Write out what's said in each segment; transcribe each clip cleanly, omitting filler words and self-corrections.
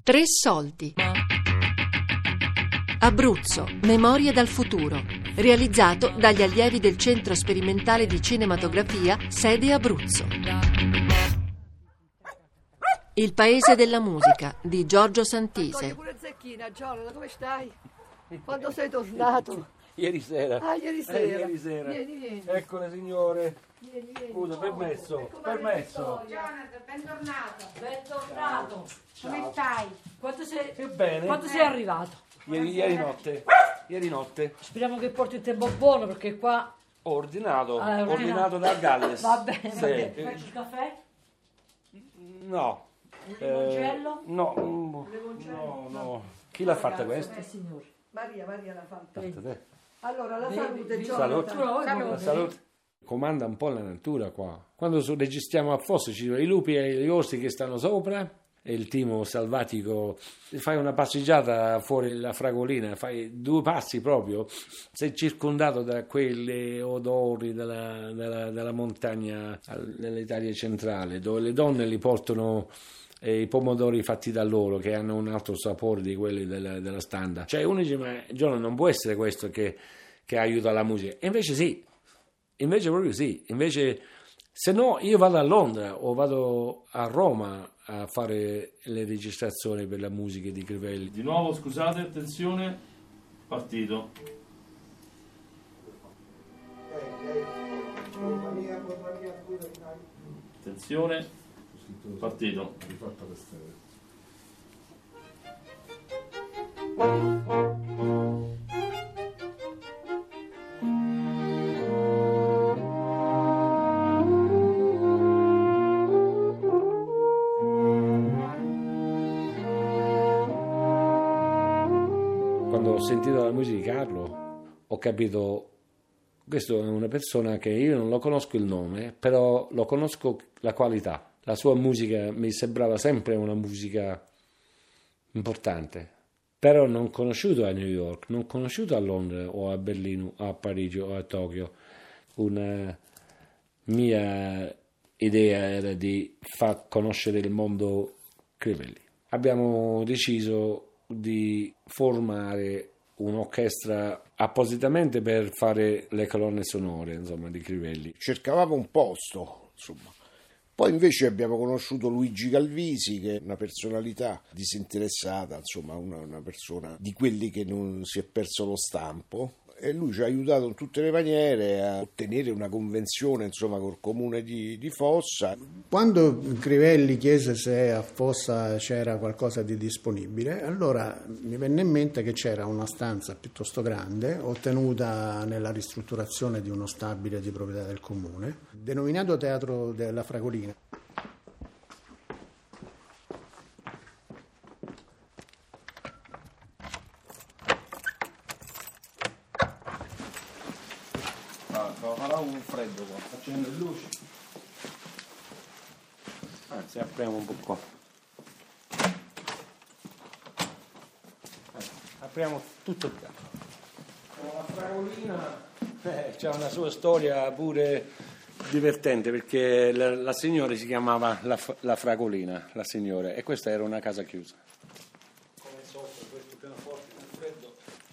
Tre soldi. Abruzzo, memorie dal futuro. Realizzato dagli allievi del Centro Sperimentale di Cinematografia, sede Abruzzo. Il paese della musica di Giorgio Santise. Pure Zecchina, Giorgio, dove stai? Quando sei tornato? Ieri sera. Ieri sera. Ieri sera. Vieni. Eccole signore. Vieni. Scusa, permesso. Permesso. Jonathan, bentornato. Bentornato. Come stai? Che bene. Quando sei arrivato? Ieri notte. Ieri notte. Speriamo che porti il tempo buono perché qua... Ho ordinato. Ah, Ordinato da Galles. Va bene, Sì. va bene. Faccio il caffè? No. Limoncello? No. No. Chi l'ha fatta questa? Signore. Maria l'ha fatta. Fatta te. Allora, la salute, Salute. Jonathan. La salute. Comanda un po' la natura qua. Quando registriamo a Fosso ci sono i lupi e gli orsi che stanno sopra e il timo selvatico. Fai una passeggiata fuori la fragolina, fai 2 passi proprio, sei circondato da quegli odori della montagna dell'Italia centrale, dove le donne li portano i pomodori fatti da loro, che hanno un altro sapore di quelli della standa. Cioè uno dice, ma Giorgio, non può essere questo che aiuta la musica. E invece sì, invece proprio sì. Invece, se no io vado a Londra o vado a Roma a fare le registrazioni per la musica di Crivelli. Di nuovo, scusate, attenzione, partito. Attenzione, partito. Quando ho sentito la musica di Carlo ho capito, questo è una persona che io non lo conosco il nome, però lo conosco la qualità. La sua musica mi sembrava sempre una musica importante, però non conosciuto a New York, non conosciuto a Londra o a Berlino o a Parigi o a Tokyo. Una mia idea era di far conoscere il mondo Crivelli. Abbiamo deciso di formare un'orchestra appositamente per fare le colonne sonore, insomma, di Crivelli. Cercavamo un posto, insomma. Poi invece abbiamo conosciuto Luigi Calvisi, che è una personalità disinteressata, insomma, una persona di quelli che non si è perso lo stampo, e lui ci ha aiutato in tutte le maniere a ottenere una convenzione, insomma, col comune di Fossa. Quando Crivelli chiese se a Fossa c'era qualcosa di disponibile, allora mi venne in mente che c'era una stanza piuttosto grande, ottenuta nella ristrutturazione di uno stabile di proprietà del comune, denominato Teatro della Fragolina. Farà un freddo qua, accendo le luci. Anzi, apriamo un po' qua. Apriamo tutto il teatro. La fragolina c'ha una sua storia pure divertente, perché la signora si chiamava la fragolina, la signora, e questa era una casa chiusa. Come sotto questo pianoforte nel freddo.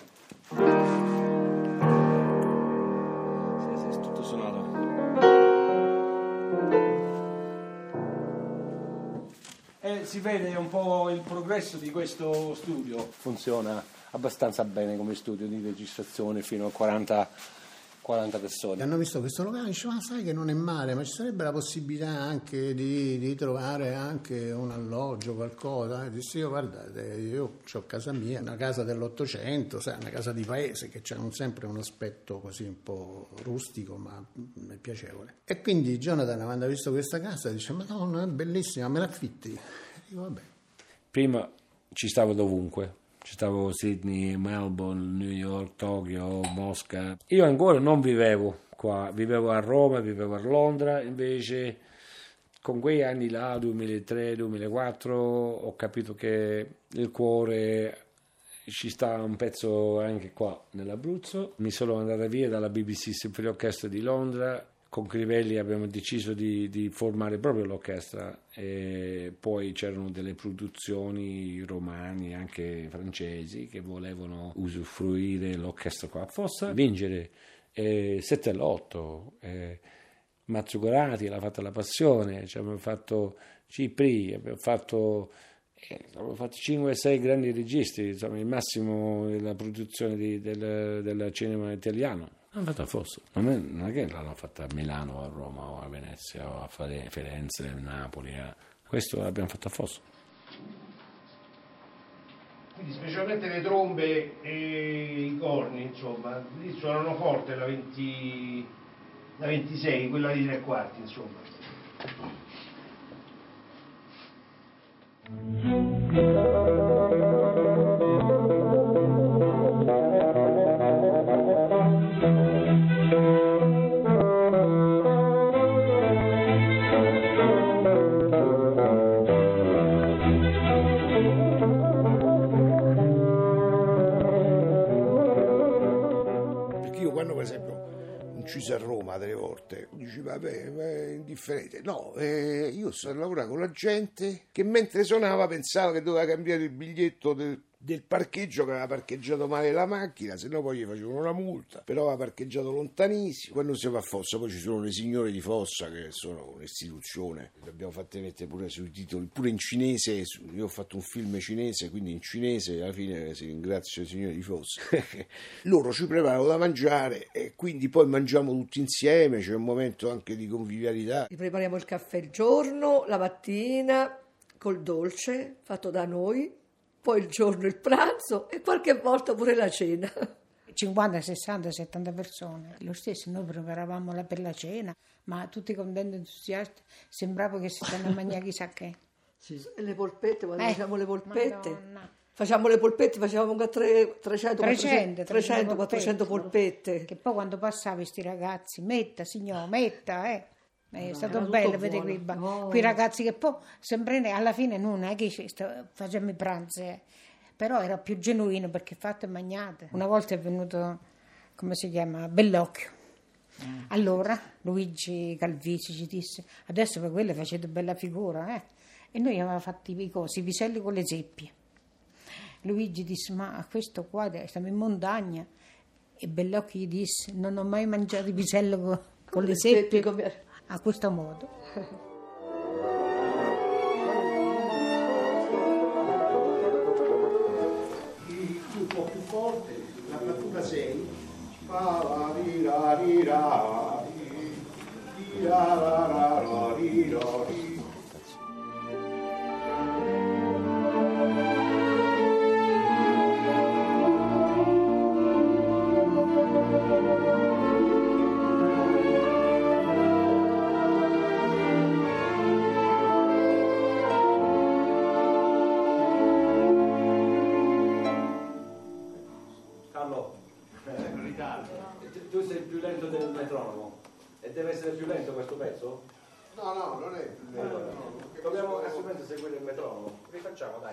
Si vede un po' il progresso di questo studio. Funziona abbastanza bene come studio di registrazione, fino a 40 persone. Hanno visto questo locale e dicevano, ma sai che non è male, ma ci sarebbe la possibilità anche di trovare anche un alloggio, qualcosa. E dissi, guardate, io ho casa mia, una casa dell'800, sai, una casa di paese che ha sempre un aspetto così un po' rustico, ma è piacevole. E quindi Jonathan, quando ha visto questa casa, dice, ma no, è bellissima, me l'affitti? Dico, vabbè. Prima ci stavo dovunque. Ci stavo a Sydney, Melbourne, New York, Tokyo, Mosca. Io ancora non vivevo qua, vivevo a Roma, vivevo a Londra, invece con quei anni là, 2003-2004, ho capito che il cuore ci sta un pezzo anche qua nell'Abruzzo. Mi sono andata via dalla BBC Symphony Orchestra di Londra con Crivelli abbiamo deciso di formare proprio l'orchestra, e poi c'erano delle produzioni romani, anche francesi, che volevano usufruire l'orchestra qua a Fossa, vincere 7-8. Mazzuccarati l'ha fatta La Passione, abbiamo fatto Cipri, abbiamo fatto 5-6 grandi registi, insomma il massimo della produzione del cinema italiano. L'hanno fatta a Fossa, non è che l'hanno fatta a Milano, o a Roma, o a Venezia, o a Firenze, a Napoli. Questo l'abbiamo fatto a Fossa. Quindi specialmente le trombe e i corni, insomma, lì suonano forte la 26, quella di 3/4, insomma. Per esempio inciso a Roma 3 volte, dici vabbè, è indifferente. No, io sto a lavorare con la gente che mentre suonava pensava che doveva cambiare il biglietto del parcheggio, che aveva parcheggiato male la macchina, se no poi gli facevano una multa, però aveva parcheggiato lontanissimo. Quando si va a Fossa poi ci sono le signore di Fossa che sono un'istituzione, le abbiamo fatte mettere pure sui titoli, pure in cinese. Io ho fatto un film cinese, quindi in cinese alla fine si ringrazia i signori di Fossa. Loro ci preparano da mangiare e quindi poi mangiamo tutti insieme, c'è un momento anche di convivialità. Prepariamo il caffè il giorno, la mattina col dolce fatto da noi, poi il giorno il pranzo e qualche volta pure la cena. 50, 60, 70 persone. Lo stesso, noi preparavamo per la cena, ma tutti contenti, entusiasti, sembrava che si stanno a mangiare chissà che. Sì. Le polpette, quando facciamo le polpette, Madonna. Facciamo le polpette, facevamo 300-400 polpette. Che poi quando passavi questi ragazzi, metta signor, metta, È stato era bello tutto vedere buono. quei ragazzi che poi sempre alla fine non è che facciamo i pranzi, però era più genuino perché fatte e magnate. Una volta è venuto, come si chiama, Bellocchio. Allora Luigi Calvisi ci disse: adesso per quelle facete bella figura, E noi avevamo fatto i piselli con le zeppie. Luigi disse: ma a questo qua stiamo in montagna. E Bellocchio gli disse: non ho mai mangiato i piselli con le zeppie a questo modo. Un po' più forte, la battuta 6. Fa la ri ra ri ra ri ra ra ra ri ra ri. Tu sei più lento del metronomo e deve essere più lento questo pezzo? No, non è più lento. Dobbiamo assolutamente seguire il metronomo. Rifacciamo, dai.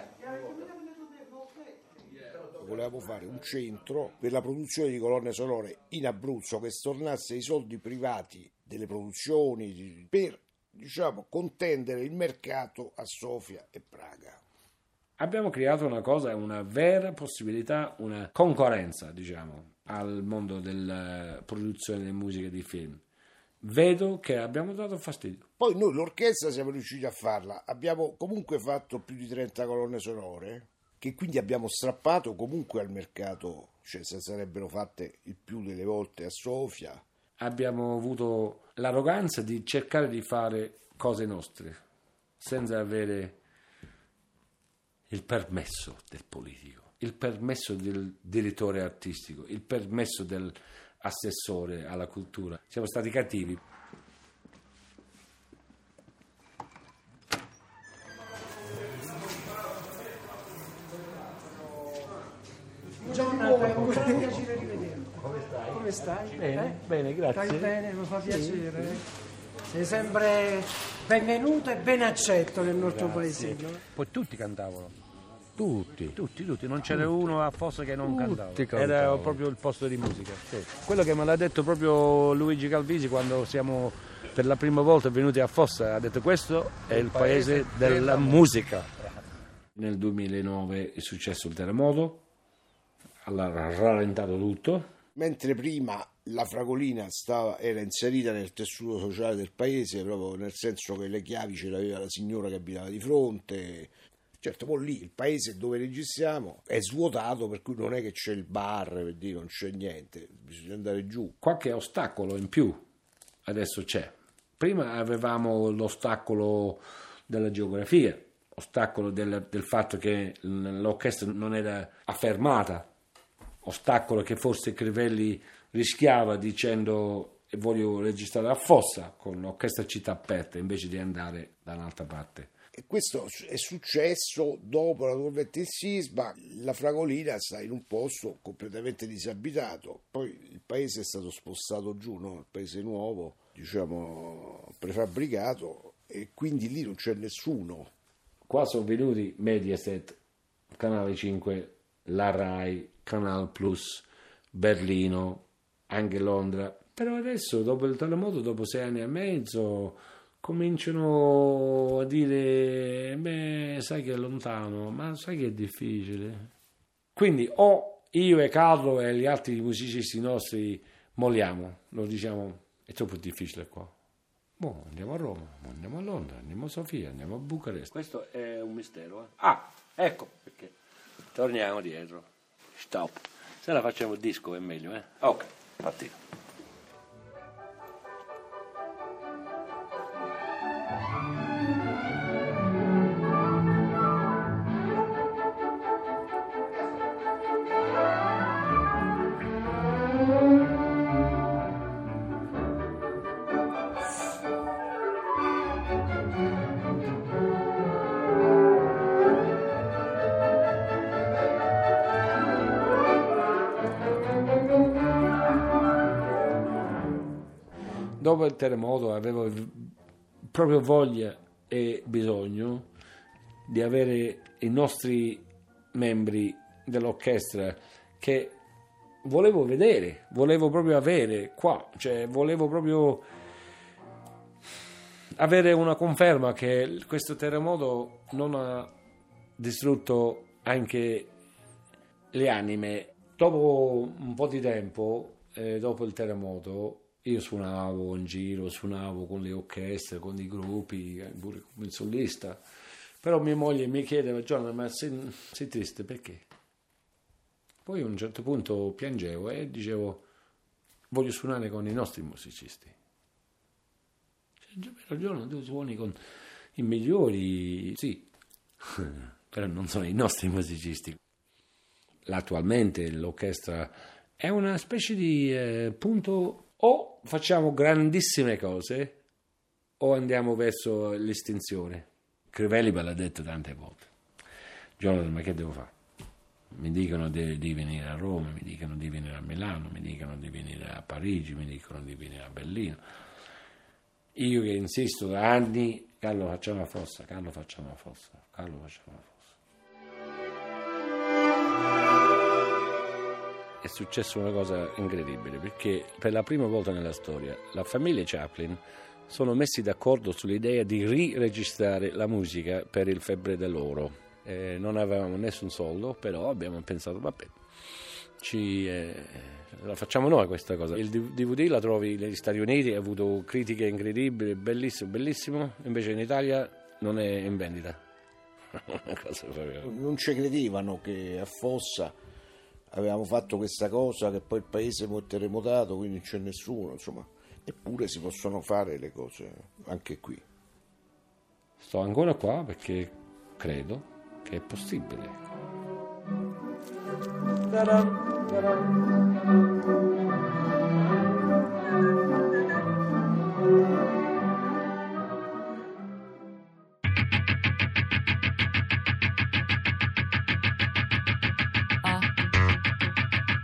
Volevamo fare un centro per la produzione di colonne sonore in Abruzzo che stornasse i soldi privati delle produzioni per, contendere il mercato a Sofia e Praga. Abbiamo creato una vera possibilità, una concorrenza, al mondo della produzione di musica e di film. Vedo che abbiamo dato fastidio. Poi noi l'orchestra siamo riusciti a farla, abbiamo comunque fatto più di 30 colonne sonore, che quindi abbiamo strappato comunque al mercato, se sarebbero fatte il più delle volte a Sofia. Abbiamo avuto l'arroganza di cercare di fare cose nostre, senza avere il permesso del politico, il permesso del direttore artistico, il permesso dell'assessore alla cultura. Siamo stati cattivi. Come stai? Bene, grazie. Stai bene, mi fa piacere. Sei sempre benvenuto e ben accetto nel nostro paesino. Poi tutti cantavano. Tutti, non c'era uno a Fossa che non cantava. cantavano. Era proprio il posto di musica. Sì. Quello che me l'ha detto proprio Luigi Calvisi quando siamo per la prima volta venuti a Fossa, ha detto questo è il paese della musica. Nel 2009 è successo il terremoto, ha rallentato tutto. Mentre prima la Fragolina era inserita nel tessuto sociale del paese, proprio nel senso che le chiavi ce l'aveva la signora che abitava di fronte. Certo, poi lì il paese dove registriamo è svuotato, per cui non è che c'è il bar, per dire, non c'è niente, bisogna andare giù. Qualche ostacolo in più adesso c'è. Prima avevamo l'ostacolo della geografia, ostacolo del fatto che l'orchestra non era affermata, ostacolo che forse Crivelli rischiava dicendo voglio registrare a Fossa con l'orchestra città aperta invece di andare da un'altra parte. E questo è successo dopo la tormenta in sisma. La Fragolina sta in un posto completamente disabitato, poi il paese è stato spostato giù, no? Il paese nuovo, diciamo prefabbricato, e quindi lì non c'è nessuno. Qua sono venuti Mediaset, Canale 5, la Rai, Canal Plus, Berlino, anche Londra. Però adesso, dopo il terremoto, dopo 6 anni e mezzo, cominciano a dire beh, sai che è lontano, ma sai che è difficile. Quindi o io e Carlo e gli altri musicisti nostri molliamo, lo diciamo, è troppo difficile qua. Boh, andiamo a Roma, andiamo a Londra, andiamo a Sofia, andiamo a Bucarest. Questo è un mistero, eh? Ah, ecco perché. Torniamo dietro. Stop. Se la facciamo il disco è meglio, eh? Ok, partito. Dopo il terremoto avevo proprio voglia e bisogno di avere i nostri membri dell'orchestra che volevo vedere, volevo proprio avere qua, cioè volevo proprio avere una conferma che questo terremoto non ha distrutto anche le anime. Dopo un po' di tempo, dopo il terremoto, io suonavo in giro, suonavo con le orchestre, con i gruppi, pure come solista. Però mia moglie mi chiedeva, Giovanni, ma sei triste perché? Poi a un certo punto piangevo e dicevo, voglio suonare con i nostri musicisti. Giovanni, tu suoni con i migliori, sì, però non sono i nostri musicisti. Attualmente l'orchestra è una specie di punto. O facciamo grandissime cose o andiamo verso l'estinzione. Crivelli me l'ha detto tante volte. Jonathan, ma che devo fare? Mi dicono di venire a Roma, mi dicono di venire a Milano, mi dicono di venire a Parigi, mi dicono di venire a Berlino. Io che insisto da anni, Carlo facciamo la Fossa, Carlo facciamo la Fossa, Carlo facciamo la Fossa. È successa una cosa incredibile perché per la prima volta nella storia la famiglia Chaplin sono messi d'accordo sull'idea di riregistrare la musica per il Febbre dell'Oro. Non avevamo nessun soldo, però abbiamo pensato vabbè, la facciamo noi questa cosa. Il DVD la trovi negli Stati Uniti, ha avuto critiche incredibili, bellissimo, invece in Italia non è in vendita. Non ci credevano che a Fossa avevamo fatto questa cosa, che poi il paese è terremotato, quindi non c'è nessuno, insomma, eppure si possono fare le cose anche qui. Sto ancora qua perché credo che è possibile. Ta-dam, ta-dam.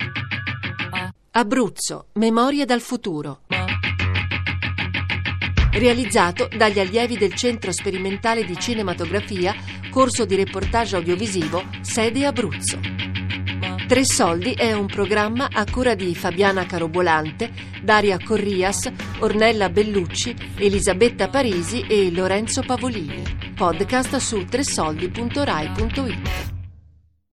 Abruzzo, memorie dal futuro. realizzato dagli allievi del Centro Sperimentale di Cinematografia, corso di reportage audiovisivo, sede Abruzzo. Tre Soldi è un programma a cura di Fabiana Carobolante, Daria Corrias, Ornella Bellucci, Elisabetta Parisi e Lorenzo Pavolini. Podcast su tresoldi.rai.it.